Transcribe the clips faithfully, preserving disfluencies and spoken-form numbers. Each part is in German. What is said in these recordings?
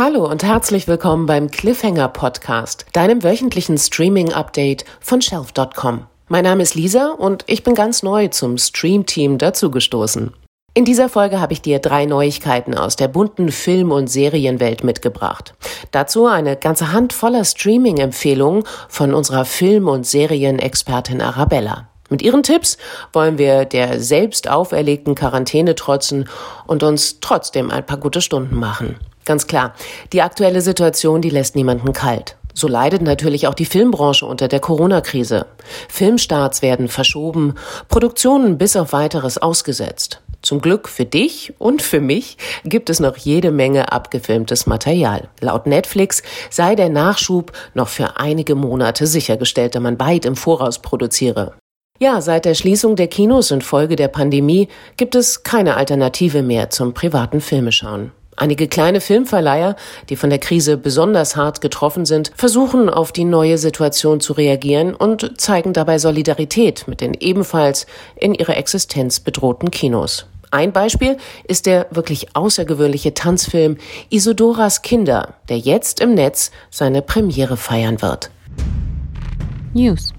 Hallo und herzlich willkommen beim Cliffhanger Podcast, deinem wöchentlichen Streaming-Update von Shelf Punkt com. Mein Name ist Lisa und ich bin ganz neu zum Stream-Team dazugestoßen. In dieser Folge habe ich dir drei Neuigkeiten aus der bunten Film- und Serienwelt mitgebracht. Dazu eine ganze Hand voller Streaming-Empfehlungen von unserer Film- und Serienexpertin Arabella. Mit ihren Tipps wollen wir der selbst auferlegten Quarantäne trotzen und uns trotzdem ein paar gute Stunden machen. Ganz klar, die aktuelle Situation, die lässt niemanden kalt. So leidet natürlich auch die Filmbranche unter der Corona-Krise. Filmstarts werden verschoben, Produktionen bis auf Weiteres ausgesetzt. Zum Glück für dich und für mich gibt es noch jede Menge abgefilmtes Material. Laut Netflix sei der Nachschub noch für einige Monate sichergestellt, da man weit im Voraus produziere. Ja, seit der Schließung der Kinos infolge der Pandemie gibt es keine Alternative mehr zum privaten Filmeschauen. Einige kleine Filmverleiher, die von der Krise besonders hart getroffen sind, versuchen auf die neue Situation zu reagieren und zeigen dabei Solidarität mit den ebenfalls in ihrer Existenz bedrohten Kinos. Ein Beispiel ist der wirklich außergewöhnliche Tanzfilm Isodoras Kinder, der jetzt im Netz seine Premiere feiern wird. News.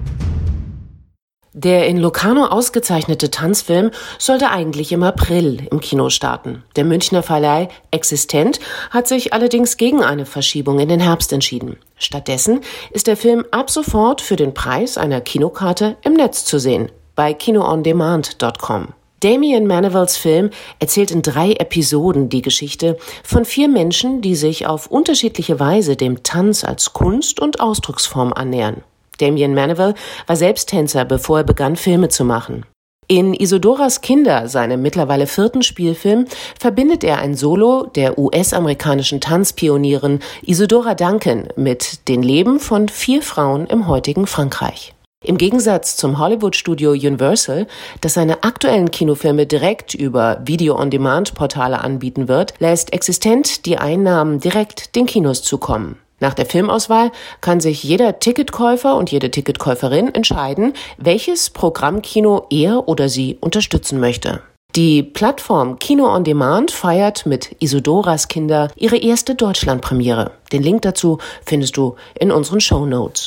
Der in Locarno ausgezeichnete Tanzfilm sollte eigentlich im April im Kino starten. Der Münchner Verleih Existent hat sich allerdings gegen eine Verschiebung in den Herbst entschieden. Stattdessen ist der Film ab sofort für den Preis einer Kinokarte im Netz zu sehen, bei kino on demand Punkt com. Damien Manivels Film erzählt in drei Episoden die Geschichte von vier Menschen, die sich auf unterschiedliche Weise dem Tanz als Kunst und Ausdrucksform annähern. Damien Manivel war selbst Tänzer, bevor er begann, Filme zu machen. In Isodoras Kinder, seinem mittlerweile vierten Spielfilm, verbindet er ein Solo der U S-amerikanischen Tanzpionierin Isadora Duncan mit den Leben von vier Frauen im heutigen Frankreich. Im Gegensatz zum Hollywood-Studio Universal, das seine aktuellen Kinofilme direkt über Video-on-Demand-Portale anbieten wird, lässt Existent die Einnahmen direkt den Kinos zukommen. Nach der Filmauswahl kann sich jeder Ticketkäufer und jede Ticketkäuferin entscheiden, welches Programmkino er oder sie unterstützen möchte. Die Plattform Kino on Demand feiert mit Isodoras Kinder ihre erste Deutschlandpremiere. Den Link dazu findest du in unseren Shownotes.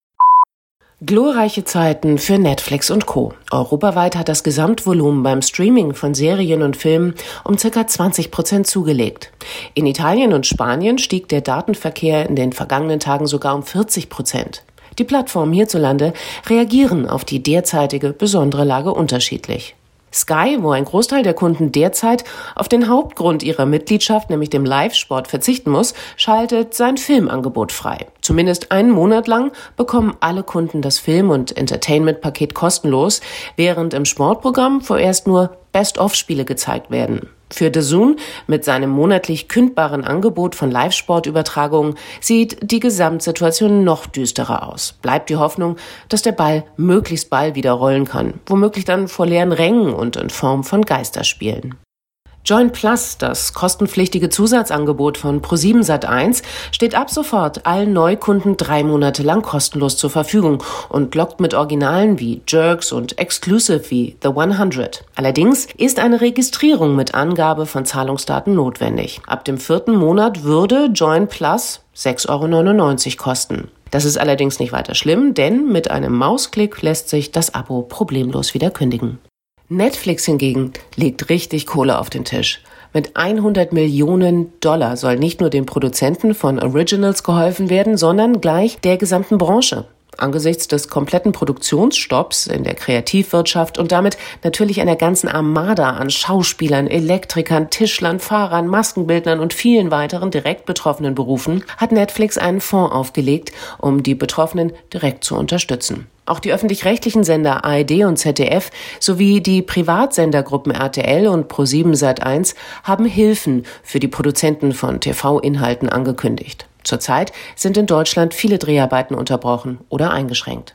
Glorreiche Zeiten für Netflix und Co. Europaweit hat das Gesamtvolumen beim Streaming von Serien und Filmen um ca. zwanzig Prozent zugelegt. In Italien und Spanien stieg der Datenverkehr in den vergangenen Tagen sogar um vierzig Prozent. Die Plattformen hierzulande reagieren auf die derzeitige besondere Lage unterschiedlich. Sky, wo ein Großteil der Kunden derzeit auf den Hauptgrund ihrer Mitgliedschaft, nämlich dem Live-Sport, verzichten muss, schaltet sein Filmangebot frei. Zumindest einen Monat lang bekommen alle Kunden das Film- und Entertainment-Paket kostenlos, während im Sportprogramm vorerst nur Best-of-Spiele gezeigt werden. Für D A Z N mit seinem monatlich kündbaren Angebot von Live-Sportübertragungen sieht die Gesamtsituation noch düsterer aus. Bleibt die Hoffnung, dass der Ball möglichst bald wieder rollen kann, womöglich dann vor leeren Rängen und in Form von Geisterspielen. Join Plus, das kostenpflichtige Zusatzangebot von ProSieben Sat eins, steht ab sofort allen Neukunden drei Monate lang kostenlos zur Verfügung und lockt mit Originalen wie Jerks und Exclusive wie The hundert. Allerdings ist eine Registrierung mit Angabe von Zahlungsdaten notwendig. Ab dem vierten Monat würde Join Plus sechs Euro neunundneunzig kosten. Das ist allerdings nicht weiter schlimm, denn mit einem Mausklick lässt sich das Abo problemlos wieder kündigen. Netflix hingegen legt richtig Kohle auf den Tisch. Mit hundert Millionen Dollar soll nicht nur den Produzenten von Originals geholfen werden, sondern gleich der gesamten Branche. Angesichts des kompletten Produktionsstopps in der Kreativwirtschaft und damit natürlich einer ganzen Armada an Schauspielern, Elektrikern, Tischlern, Fahrern, Maskenbildnern und vielen weiteren direkt betroffenen Berufen hat Netflix einen Fonds aufgelegt, um die Betroffenen direkt zu unterstützen. Auch die öffentlich-rechtlichen Sender A R D und Z D F sowie die Privatsendergruppen R T L und ProSieben Sat eins haben Hilfen für die Produzenten von T V-Inhalten angekündigt. Zurzeit sind in Deutschland viele Dreharbeiten unterbrochen oder eingeschränkt.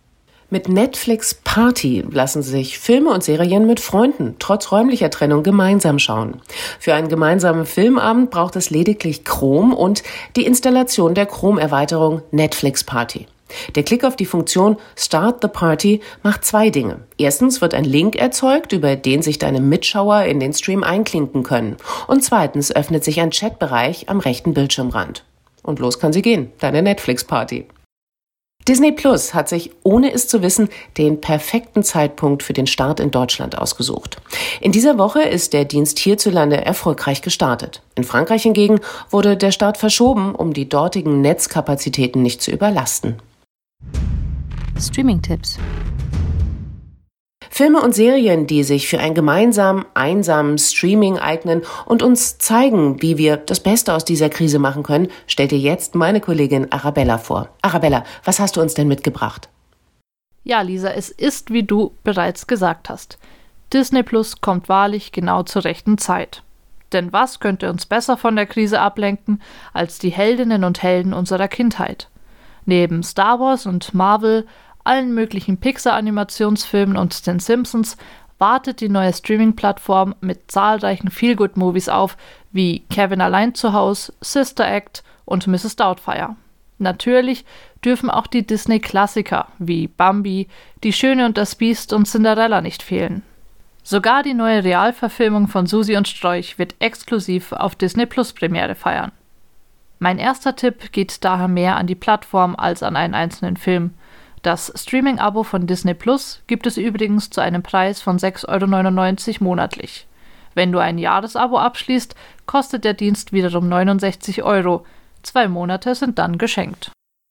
Mit Netflix Party lassen sich Filme und Serien mit Freunden trotz räumlicher Trennung gemeinsam schauen. Für einen gemeinsamen Filmabend braucht es lediglich Chrome und die Installation der Chrome-Erweiterung Netflix Party. Der Klick auf die Funktion Start the Party macht zwei Dinge. Erstens wird ein Link erzeugt, über den sich deine Mitschauer in den Stream einklinken können. Und zweitens öffnet sich ein Chatbereich am rechten Bildschirmrand. Und los kann sie gehen, deine Netflix-Party. Disney Plus hat sich, ohne es zu wissen, den perfekten Zeitpunkt für den Start in Deutschland ausgesucht. In dieser Woche ist der Dienst hierzulande erfolgreich gestartet. In Frankreich hingegen wurde der Start verschoben, um die dortigen Netzkapazitäten nicht zu überlasten. Streaming-Tipps. Filme und Serien, die sich für ein gemeinsam einsamen Streaming eignen und uns zeigen, wie wir das Beste aus dieser Krise machen können, stellt dir jetzt meine Kollegin Arabella vor. Arabella, was hast du uns denn mitgebracht? Ja, Lisa, es ist, wie du bereits gesagt hast. Disney Plus kommt wahrlich genau zur rechten Zeit. Denn was könnte uns besser von der Krise ablenken als die Heldinnen und Helden unserer Kindheit? Neben Star Wars und Marvel, allen möglichen Pixar-Animationsfilmen und den Simpsons wartet die neue Streaming-Plattform mit zahlreichen Feel-Good-Movies auf, wie Kevin allein zu Hause, Sister Act und Misses Doubtfire. Natürlich dürfen auch die Disney-Klassiker wie Bambi, Die Schöne und das Biest und Cinderella nicht fehlen. Sogar die neue Realverfilmung von Susi und Strolch wird exklusiv auf Disney Plus Premiere feiern. Mein erster Tipp geht daher mehr an die Plattform als an einen einzelnen Film. Das Streaming-Abo von Disney Plus gibt es übrigens zu einem Preis von sechs Euro neunundneunzig monatlich. Wenn du ein Jahresabo abschließt, kostet der Dienst wiederum neunundsechzig Euro. Zwei Monate sind dann geschenkt.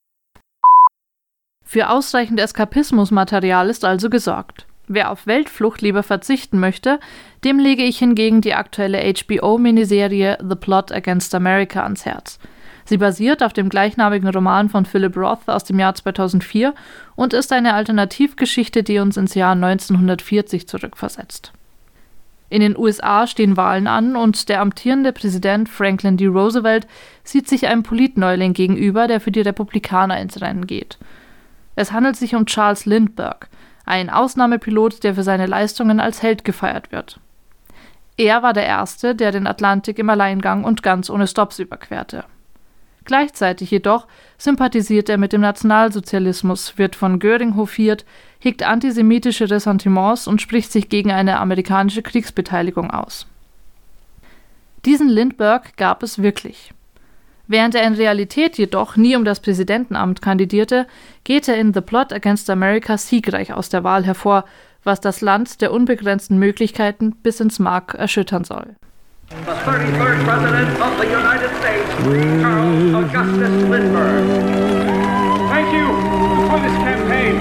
Für ausreichend Eskapismusmaterial ist also gesorgt. Wer auf Weltflucht lieber verzichten möchte, dem lege ich hingegen die aktuelle H B O-Miniserie The Plot Against America ans Herz. Sie basiert auf dem gleichnamigen Roman von Philip Roth aus dem Jahr zweitausendvier und ist eine Alternativgeschichte, die uns ins Jahr neunzehnhundertvierzig zurückversetzt. In den U S A stehen Wahlen an und der amtierende Präsident Franklin D. Roosevelt sieht sich einem Politneuling gegenüber, der für die Republikaner ins Rennen geht. Es handelt sich um Charles Lindbergh, ein Ausnahmepilot, der für seine Leistungen als Held gefeiert wird. Er war der Erste, der den Atlantik im Alleingang und ganz ohne Stopps überquerte. Gleichzeitig jedoch sympathisiert er mit dem Nationalsozialismus, wird von Göring hofiert, hegt antisemitische Ressentiments und spricht sich gegen eine amerikanische Kriegsbeteiligung aus. Diesen Lindbergh gab es wirklich. Während er in Realität jedoch nie um das Präsidentenamt kandidierte, geht er in The Plot Against America siegreich aus der Wahl hervor, was das Land der unbegrenzten Möglichkeiten bis ins Mark erschüttern soll. The thirty-third President of the United States, Charles Augustus Lindbergh. Thank you for this campaign.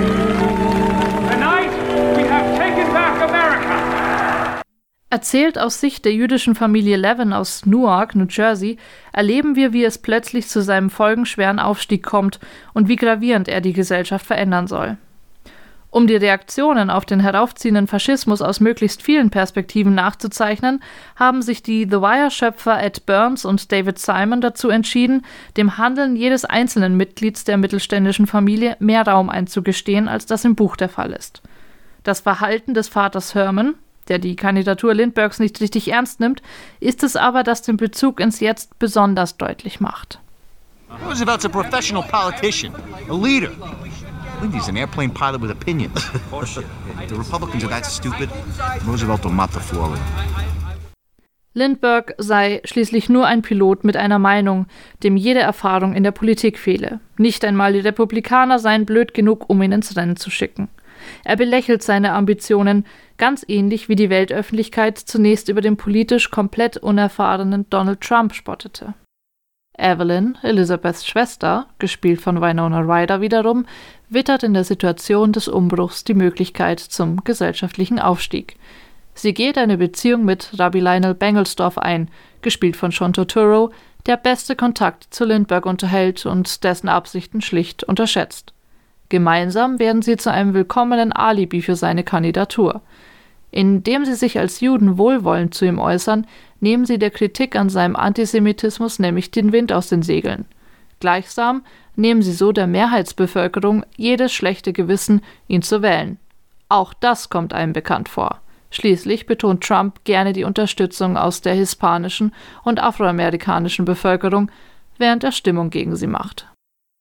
Tonight we have taken back America. Erzählt aus Sicht der jüdischen Familie Levin aus Newark, New Jersey, erleben wir, wie es plötzlich zu seinem folgenschweren Aufstieg kommt und wie gravierend er die Gesellschaft verändern soll. Um die Reaktionen auf den heraufziehenden Faschismus aus möglichst vielen Perspektiven nachzuzeichnen, haben sich die The Wire-Schöpfer Ed Burns und David Simon dazu entschieden, dem Handeln jedes einzelnen Mitglieds der mittelständischen Familie mehr Raum einzugestehen, als das im Buch der Fall ist. Das Verhalten des Vaters Herman, der die Kandidatur Lindberghs nicht richtig ernst nimmt, ist es aber, das den Bezug ins Jetzt besonders deutlich macht. Roosevelt's a professional politician, a leader. Lindy's an airplane pilot with opinions. The Republicans are that stupid. Roosevelt will mop the floor with them. Lindbergh sei schließlich nur ein Pilot mit einer Meinung, dem jede Erfahrung in der Politik fehle. Nicht einmal die Republikaner seien blöd genug, um ihn ins Rennen zu schicken. Er belächelt seine Ambitionen, ganz ähnlich wie die Weltöffentlichkeit zunächst über den politisch komplett unerfahrenen Donald Trump spottete. Evelyn, Elizabeths Schwester, gespielt von Winona Ryder wiederum, wittert in der Situation des Umbruchs die Möglichkeit zum gesellschaftlichen Aufstieg. Sie geht eine Beziehung mit Rabbi Lionel Bengelsdorf ein, gespielt von Sean Turturro, der beste Kontakt zu Lindbergh unterhält und dessen Absichten schlicht unterschätzt. Gemeinsam werden sie zu einem willkommenen Alibi für seine Kandidatur. Indem sie sich als Juden wohlwollend zu ihm äußern, nehmen sie der Kritik an seinem Antisemitismus nämlich den Wind aus den Segeln. Gleichsam nehmen sie so der Mehrheitsbevölkerung jedes schlechte Gewissen, ihn zu wählen. Auch das kommt einem bekannt vor. Schließlich betont Trump gerne die Unterstützung aus der hispanischen und afroamerikanischen Bevölkerung, während er Stimmung gegen sie macht.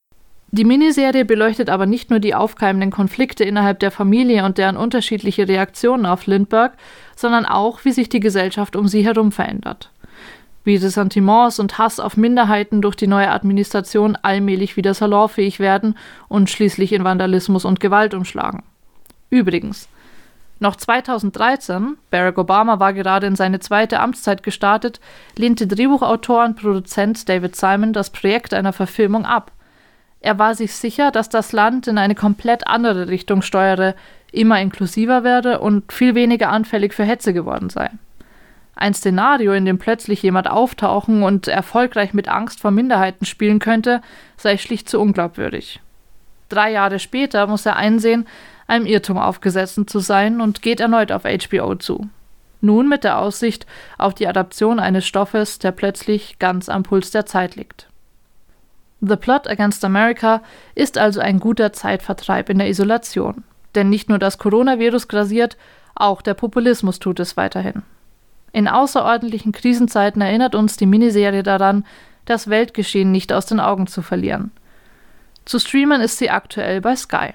Die Miniserie beleuchtet aber nicht nur die aufkeimenden Konflikte innerhalb der Familie und deren unterschiedliche Reaktionen auf Lindbergh, sondern auch, wie sich die Gesellschaft um sie herum verändert. Wie Ressentiments und Hass auf Minderheiten durch die neue Administration allmählich wieder salonfähig werden und schließlich in Vandalismus und Gewalt umschlagen. Übrigens, noch zweitausenddreizehn, Barack Obama war gerade in seine zweite Amtszeit gestartet, lehnte Drehbuchautor und Produzent David Simon das Projekt einer Verfilmung ab. Er war sich sicher, dass das Land in eine komplett andere Richtung steuere, immer inklusiver werde und viel weniger anfällig für Hetze geworden sei. Ein Szenario, in dem plötzlich jemand auftauchen und erfolgreich mit Angst vor Minderheiten spielen könnte, sei schlicht zu unglaubwürdig. Drei Jahre später muss er einsehen, einem Irrtum aufgesessen zu sein und geht erneut auf H B O zu. Nun mit der Aussicht auf die Adaption eines Stoffes, der plötzlich ganz am Puls der Zeit liegt. The Plot Against America ist also ein guter Zeitvertreib in der Isolation. Denn nicht nur das Coronavirus grassiert, auch der Populismus tut es weiterhin. In außerordentlichen Krisenzeiten erinnert uns die Miniserie daran, das Weltgeschehen nicht aus den Augen zu verlieren. Zu streamen ist sie aktuell bei Sky.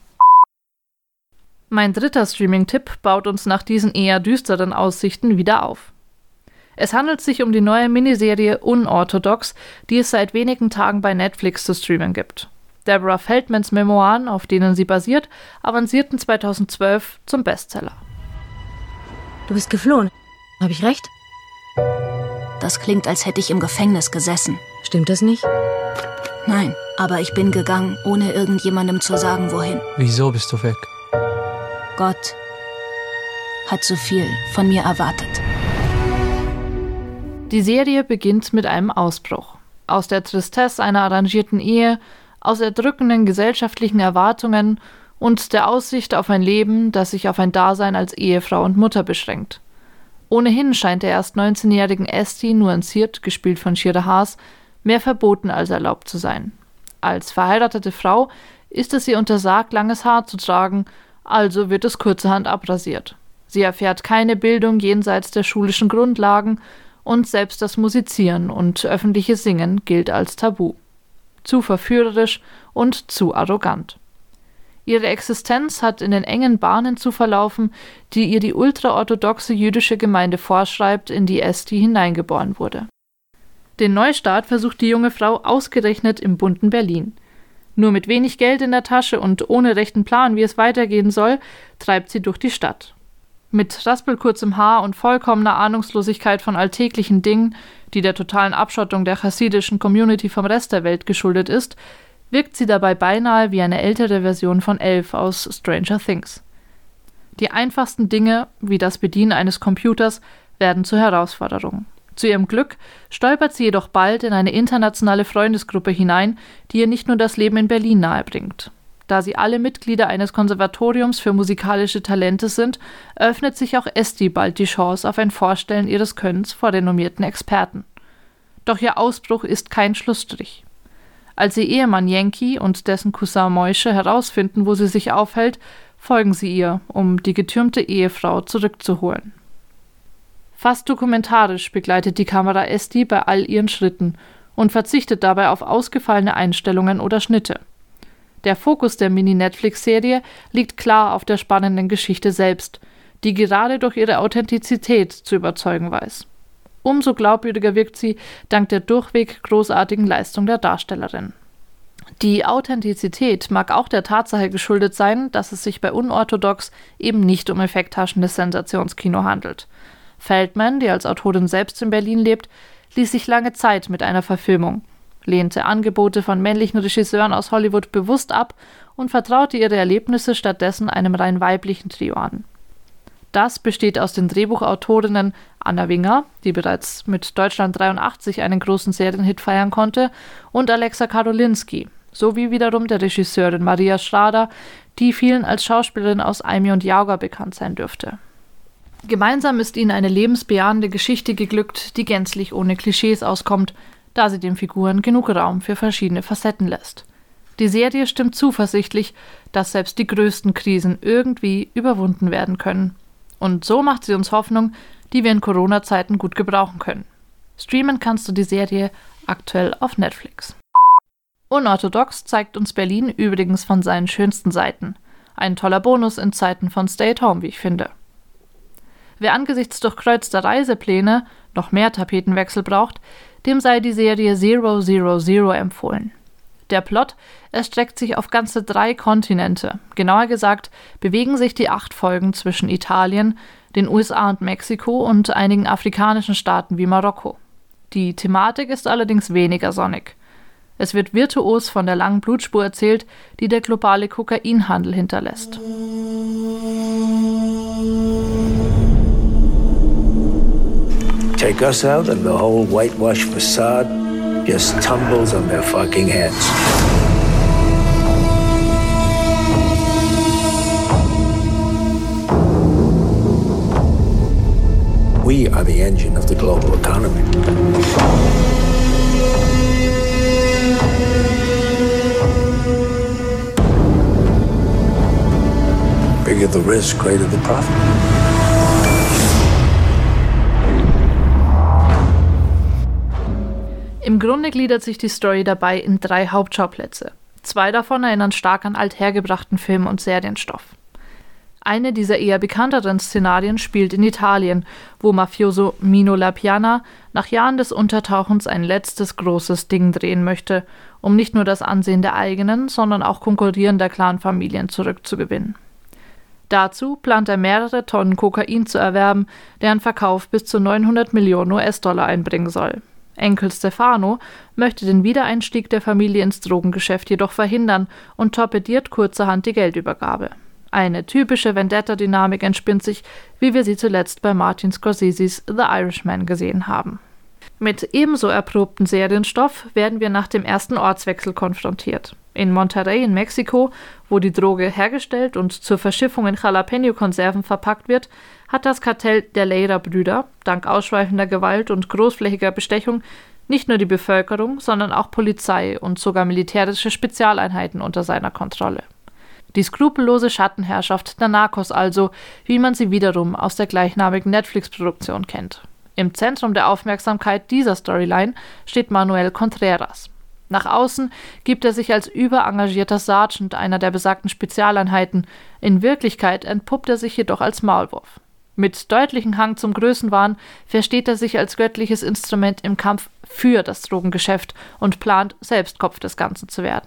Mein dritter Streaming-Tipp baut uns nach diesen eher düsteren Aussichten wieder auf. Es handelt sich um die neue Miniserie Unorthodox, die es seit wenigen Tagen bei Netflix zu streamen gibt. Deborah Feldmans Memoiren, auf denen sie basiert, avancierten zweitausendzwölf zum Bestseller. Du bist geflohen. Habe ich recht? Das klingt, als hätte ich im Gefängnis gesessen. Stimmt das nicht? Nein, aber ich bin gegangen, ohne irgendjemandem zu sagen, wohin. Wieso bist du weg? Gott hat zu viel von mir erwartet. Die Serie beginnt mit einem Ausbruch. Aus der Tristesse einer arrangierten Ehe, aus erdrückenden gesellschaftlichen Erwartungen und der Aussicht auf ein Leben, das sich auf ein Dasein als Ehefrau und Mutter beschränkt. Ohnehin scheint der erst neunzehnjährigen Esti nuanciert, gespielt von Shira Haas, mehr verboten als erlaubt zu sein. Als verheiratete Frau ist es ihr untersagt, langes Haar zu tragen, also wird es kurzerhand abrasiert. Sie erfährt keine Bildung jenseits der schulischen Grundlagen und selbst das Musizieren und öffentliche Singen gilt als Tabu. Zu verführerisch und zu arrogant. Ihre Existenz hat in den engen Bahnen zu verlaufen, die ihr die ultraorthodoxe jüdische Gemeinde vorschreibt, in die Esti hineingeboren wurde. Den Neustart versucht die junge Frau ausgerechnet im bunten Berlin. Nur mit wenig Geld in der Tasche und ohne rechten Plan, wie es weitergehen soll, treibt sie durch die Stadt. Mit raspelkurzem Haar und vollkommener Ahnungslosigkeit von alltäglichen Dingen, die der totalen Abschottung der chassidischen Community vom Rest der Welt geschuldet ist, wirkt sie dabei beinahe wie eine ältere Version von Elf aus Stranger Things. Die einfachsten Dinge, wie das Bedienen eines Computers, werden zur Herausforderung. Zu ihrem Glück stolpert sie jedoch bald in eine internationale Freundesgruppe hinein, die ihr nicht nur das Leben in Berlin nahebringt. Da sie alle Mitglieder eines Konservatoriums für musikalische Talente sind, öffnet sich auch Esti bald die Chance auf ein Vorstellen ihres Könnens vor renommierten Experten. Doch ihr Ausbruch ist kein Schlussstrich. Als ihr Ehemann Yankee und dessen Cousin Moishe herausfinden, wo sie sich aufhält, folgen sie ihr, um die getürmte Ehefrau zurückzuholen. Fast dokumentarisch begleitet die Kamera Esti bei all ihren Schritten und verzichtet dabei auf ausgefallene Einstellungen oder Schnitte. Der Fokus der Mini-Netflix-Serie liegt klar auf der spannenden Geschichte selbst, die gerade durch ihre Authentizität zu überzeugen weiß. Umso glaubwürdiger wirkt sie dank der durchweg großartigen Leistung der Darstellerin. Die Authentizität mag auch der Tatsache geschuldet sein, dass es sich bei Unorthodox eben nicht um effekthaschendes Sensationskino handelt. Feldman, die als Autorin selbst in Berlin lebt, ließ sich lange Zeit mit einer Verfilmung, lehnte Angebote von männlichen Regisseuren aus Hollywood bewusst ab und vertraute ihre Erlebnisse stattdessen einem rein weiblichen Trio an. Das besteht aus den Drehbuchautorinnen Anna Winger, die bereits mit Deutschland dreiundachtzig einen großen Serienhit feiern konnte, und Alexa Karolinski, sowie wiederum der Regisseurin Maria Schrader, die vielen als Schauspielerin aus Aimi und Jauga bekannt sein dürfte. Gemeinsam ist ihnen eine lebensbejahende Geschichte geglückt, die gänzlich ohne Klischees auskommt, da sie den Figuren genug Raum für verschiedene Facetten lässt. Die Serie stimmt zuversichtlich, dass selbst die größten Krisen irgendwie überwunden werden können. Und so macht sie uns Hoffnung, die wir in Corona-Zeiten gut gebrauchen können. Streamen kannst du die Serie aktuell auf Netflix. Unorthodox zeigt uns Berlin übrigens von seinen schönsten Seiten. Ein toller Bonus in Zeiten von Stay at Home, wie ich finde. Wer angesichts durchkreuzter Reisepläne noch mehr Tapetenwechsel braucht, dem sei die Serie Zero Zero Zero empfohlen. Der Plot erstreckt sich auf ganze drei Kontinente. Genauer gesagt bewegen sich die acht Folgen zwischen Italien, den U S A und Mexiko und einigen afrikanischen Staaten wie Marokko. Die Thematik ist allerdings weniger sonnig. Es wird virtuos von der langen Blutspur erzählt, die der globale Kokainhandel hinterlässt. Take us out and the whole whitewash facade just tumbles on their fucking heads. We are the engine of the global economy. Bigger the risk, greater the profit. Im Grunde gliedert sich die Story dabei in drei Hauptschauplätze. Zwei davon erinnern stark an althergebrachten Film- und Serienstoff. Eine dieser eher bekannteren Szenarien spielt in Italien, wo Mafioso Mino Lapiana nach Jahren des Untertauchens ein letztes großes Ding drehen möchte, um nicht nur das Ansehen der eigenen, sondern auch konkurrierender Clanfamilien zurückzugewinnen. Dazu plant er mehrere Tonnen Kokain zu erwerben, deren Verkauf bis zu neunhundert Millionen U S-Dollar einbringen soll. Enkel Stefano möchte den Wiedereinstieg der Familie ins Drogengeschäft jedoch verhindern und torpediert kurzerhand die Geldübergabe. Eine typische Vendetta-Dynamik entspinnt sich, wie wir sie zuletzt bei Martin Scorseses The Irishman gesehen haben. Mit ebenso erprobten Serienstoff werden wir nach dem ersten Ortswechsel konfrontiert. In Monterrey in Mexiko, wo die Droge hergestellt und zur Verschiffung in Jalapeno-Konserven verpackt wird, hat das Kartell der Leyra-Brüder, dank ausschweifender Gewalt und großflächiger Bestechung, nicht nur die Bevölkerung, sondern auch Polizei und sogar militärische Spezialeinheiten unter seiner Kontrolle. Die skrupellose Schattenherrschaft der Narcos also, wie man sie wiederum aus der gleichnamigen Netflix-Produktion kennt. Im Zentrum der Aufmerksamkeit dieser Storyline steht Manuel Contreras. Nach außen gibt er sich als überengagierter Sergeant einer der besagten Spezialeinheiten, in Wirklichkeit entpuppt er sich jedoch als Maulwurf. Mit deutlichem Hang zum Größenwahn versteht er sich als göttliches Instrument im Kampf für das Drogengeschäft und plant, selbst Kopf des Ganzen zu werden.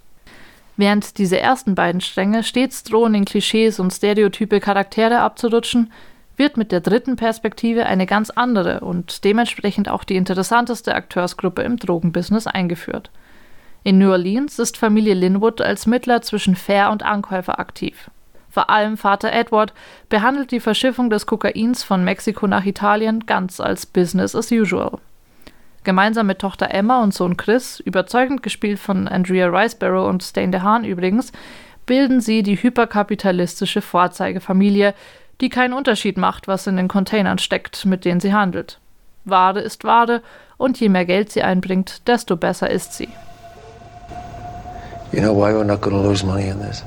Während diese ersten beiden Stränge stets drohen, in Klischees und stereotype Charaktere abzurutschen, wird mit der dritten Perspektive eine ganz andere und dementsprechend auch die interessanteste Akteursgruppe im Drogenbusiness eingeführt. In New Orleans ist Familie Linwood als Mittler zwischen Fair und Ankäufer aktiv. Vor allem Vater Edward behandelt die Verschiffung des Kokains von Mexiko nach Italien ganz als Business as usual. Gemeinsam mit Tochter Emma und Sohn Chris, überzeugend gespielt von Andrea Riseborough und Stain DeHaan übrigens, bilden sie die hyperkapitalistische Vorzeigefamilie, die keinen Unterschied macht, was in den Containern steckt, mit denen sie handelt. Ware ist Ware und je mehr Geld sie einbringt, desto besser ist sie. You know why we're not going to lose money in this?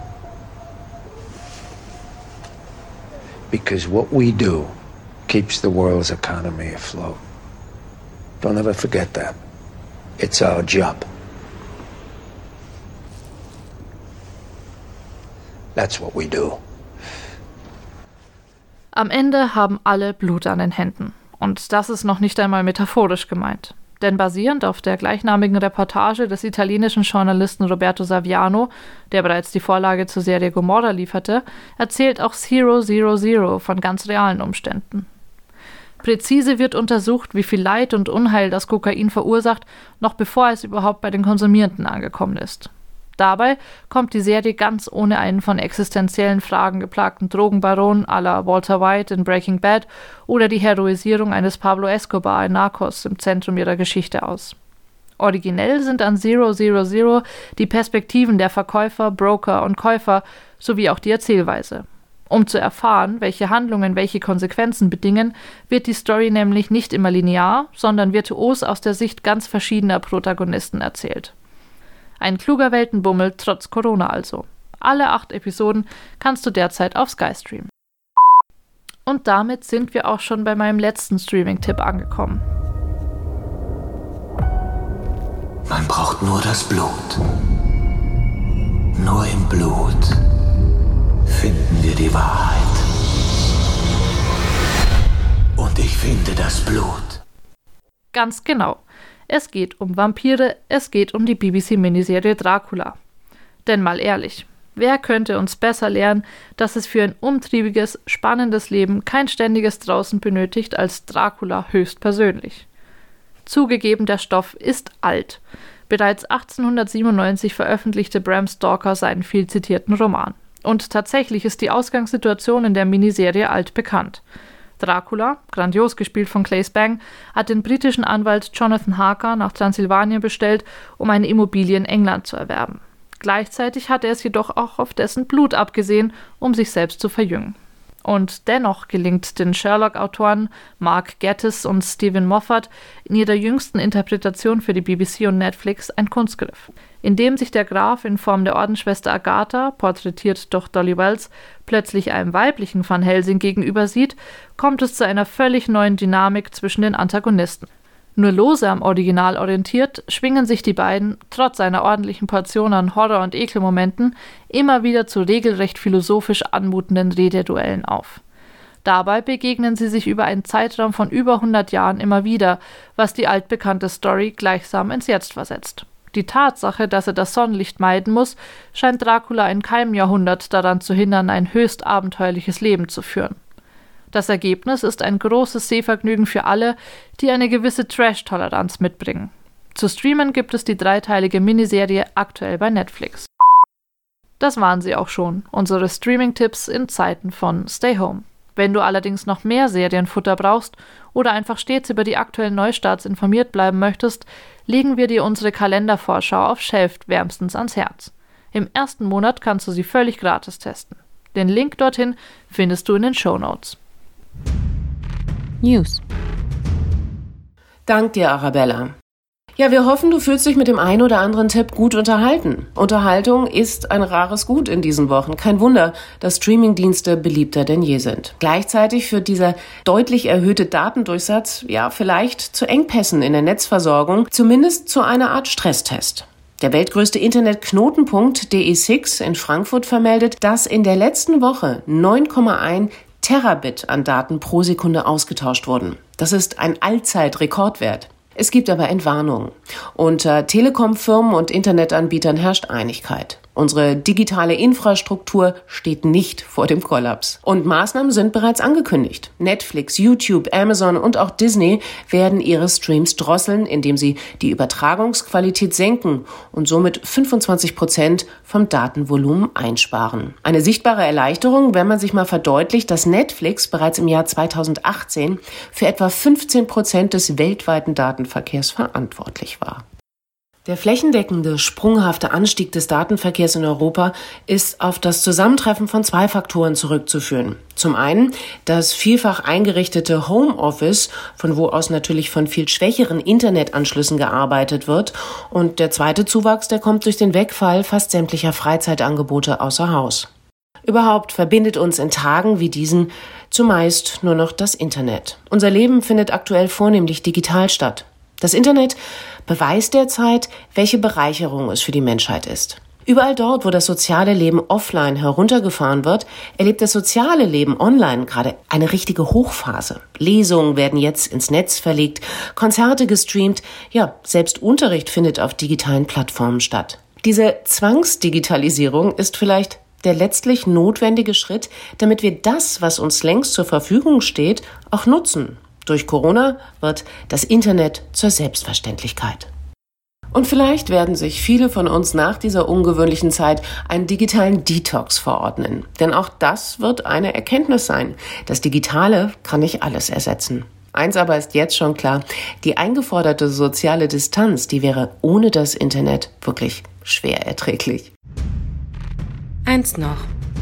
Because what we do keeps the world's economy afloat. Don't ever forget that. It's our job. That's what we do. Am Ende haben alle Blut an den Händen. Und das ist noch nicht einmal metaphorisch gemeint. Denn basierend auf der gleichnamigen Reportage des italienischen Journalisten Roberto Saviano, der bereits die Vorlage zur Serie Gomorra lieferte, erzählt auch Zero Zero Zero von ganz realen Umständen. Präzise wird untersucht, wie viel Leid und Unheil das Kokain verursacht, noch bevor es überhaupt bei den Konsumierenden angekommen ist. Dabei kommt die Serie ganz ohne einen von existenziellen Fragen geplagten Drogenbaron à la Walter White in Breaking Bad oder die Heroisierung eines Pablo Escobar in Narcos im Zentrum ihrer Geschichte aus. Originell sind an Zero Zero Zero die Perspektiven der Verkäufer, Broker und Käufer sowie auch die Erzählweise. Um zu erfahren, welche Handlungen welche Konsequenzen bedingen, wird die Story nämlich nicht immer linear, sondern virtuos aus der Sicht ganz verschiedener Protagonisten erzählt. Ein kluger Weltenbummel trotz Corona also. Alle acht Episoden kannst du derzeit auf Sky streamen. Und damit sind wir auch schon bei meinem letzten Streaming-Tipp angekommen. Man braucht nur das Blut. Nur im Blut finden wir die Wahrheit. Und ich finde das Blut. Ganz genau. Es geht um Vampire, es geht um die B B C-Miniserie Dracula. Denn mal ehrlich, wer könnte uns besser lernen, dass es für ein umtriebiges, spannendes Leben kein ständiges Draußen benötigt als Dracula höchstpersönlich? Zugegeben, der Stoff ist alt. Bereits achtzehnhundertsiebenundneunzig veröffentlichte Bram Stoker seinen viel zitierten Roman. Und tatsächlich ist die Ausgangssituation in der Miniserie altbekannt. Dracula, grandios gespielt von Claes Bang, hat den britischen Anwalt Jonathan Harker nach Transsilvanien bestellt, um eine Immobilie in England zu erwerben. Gleichzeitig hat er es jedoch auch auf dessen Blut abgesehen, um sich selbst zu verjüngen. Und dennoch gelingt den Sherlock-Autoren Mark Gatiss und Stephen Moffat in ihrer jüngsten Interpretation für die B B C und Netflix ein Kunstgriff. Indem sich der Graf in Form der Ordensschwester Agatha, porträtiert durch Dolly Wells, plötzlich einem weiblichen Van Helsing gegenüber sieht, kommt es zu einer völlig neuen Dynamik zwischen den Antagonisten. Nur lose am Original orientiert, schwingen sich die beiden, trotz einer ordentlichen Portion an Horror- und Ekelmomenten, immer wieder zu regelrecht philosophisch anmutenden Rededuellen auf. Dabei begegnen sie sich über einen Zeitraum von über hundert Jahren immer wieder, was die altbekannte Story gleichsam ins Jetzt versetzt. Die Tatsache, dass er das Sonnenlicht meiden muss, scheint Dracula in keinem Jahrhundert daran zu hindern, ein höchst abenteuerliches Leben zu führen. Das Ergebnis ist ein großes Sehvergnügen für alle, die eine gewisse Trash-Toleranz mitbringen. Zu streamen gibt es die dreiteilige Miniserie aktuell bei Netflix. Das waren sie auch schon, unsere Streaming-Tipps in Zeiten von Stay Home. Wenn du allerdings noch mehr Serienfutter brauchst oder einfach stets über die aktuellen Neustarts informiert bleiben möchtest, legen wir dir unsere Kalendervorschau auf Shelft wärmstens ans Herz. Im ersten Monat kannst du sie völlig gratis testen. Den Link dorthin findest du in den Shownotes. News. Dank dir, Arabella. Ja, wir hoffen, du fühlst dich mit dem einen oder anderen Tipp gut unterhalten. Unterhaltung ist ein rares Gut in diesen Wochen. Kein Wunder, dass Streamingdienste beliebter denn je sind. Gleichzeitig führt dieser deutlich erhöhte Datendurchsatz ja vielleicht zu Engpässen in der Netzversorgung, zumindest zu einer Art Stresstest. Der weltgrößte Internetknotenpunkt D E sechs in Frankfurt vermeldet, dass in der letzten Woche neun Komma eins Terabit an Daten pro Sekunde ausgetauscht wurden. Das ist ein Allzeitrekordwert. Es gibt aber Entwarnungen. Unter Telekom-Firmen und Internetanbietern herrscht Einigkeit. Unsere digitale Infrastruktur steht nicht vor dem Kollaps. Und Maßnahmen sind bereits angekündigt. Netflix, YouTube, Amazon und auch Disney werden ihre Streams drosseln, indem sie die Übertragungsqualität senken und somit fünfundzwanzig Prozent vom Datenvolumen einsparen. Eine sichtbare Erleichterung, wenn man sich mal verdeutlicht, dass Netflix bereits im Jahr zweitausendachtzehn für etwa fünfzehn Prozent des weltweiten Datenverkehrs verantwortlich war. Der flächendeckende, sprunghafte Anstieg des Datenverkehrs in Europa ist auf das Zusammentreffen von zwei Faktoren zurückzuführen. Zum einen das vielfach eingerichtete Homeoffice, von wo aus natürlich von viel schwächeren Internetanschlüssen gearbeitet wird. Und der zweite Zuwachs, der kommt durch den Wegfall fast sämtlicher Freizeitangebote außer Haus. Überhaupt verbindet uns in Tagen wie diesen zumeist nur noch das Internet. Unser Leben findet aktuell vornehmlich digital statt. Das Internet beweist derzeit, welche Bereicherung es für die Menschheit ist. Überall dort, wo das soziale Leben offline heruntergefahren wird, erlebt das soziale Leben online gerade eine richtige Hochphase. Lesungen werden jetzt ins Netz verlegt, Konzerte gestreamt, ja, selbst Unterricht findet auf digitalen Plattformen statt. Diese Zwangsdigitalisierung ist vielleicht der letztlich notwendige Schritt, damit wir das, was uns längst zur Verfügung steht, auch nutzen. Durch Corona wird das Internet zur Selbstverständlichkeit. Und vielleicht werden sich viele von uns nach dieser ungewöhnlichen Zeit einen digitalen Detox verordnen. Denn auch das wird eine Erkenntnis sein. Das Digitale kann nicht alles ersetzen. Eins aber ist jetzt schon klar, die eingeforderte soziale Distanz, die wäre ohne das Internet wirklich schwer erträglich. Eins noch.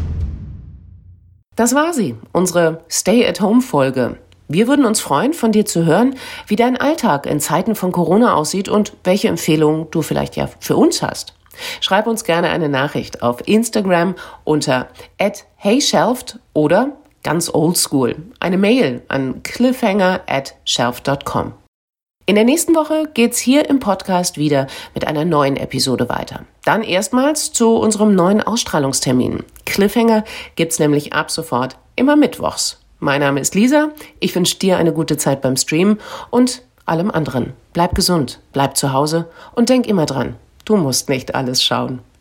Das war sie, unsere Stay-at-Home-Folge. Wir würden uns freuen, von dir zu hören, wie dein Alltag in Zeiten von Corona aussieht und welche Empfehlungen du vielleicht ja für uns hast. Schreib uns gerne eine Nachricht auf Instagram unter at heyshelft oder ganz oldschool eine Mail an cliffhanger at shelft dot com. In der nächsten Woche geht's hier im Podcast wieder mit einer neuen Episode weiter. Dann erstmals zu unserem neuen Ausstrahlungstermin. Cliffhanger gibt's nämlich ab sofort immer mittwochs. Mein Name ist Lisa, ich wünsche dir eine gute Zeit beim Streamen und allem anderen. Bleib gesund, bleib zu Hause und denk immer dran, du musst nicht alles schauen.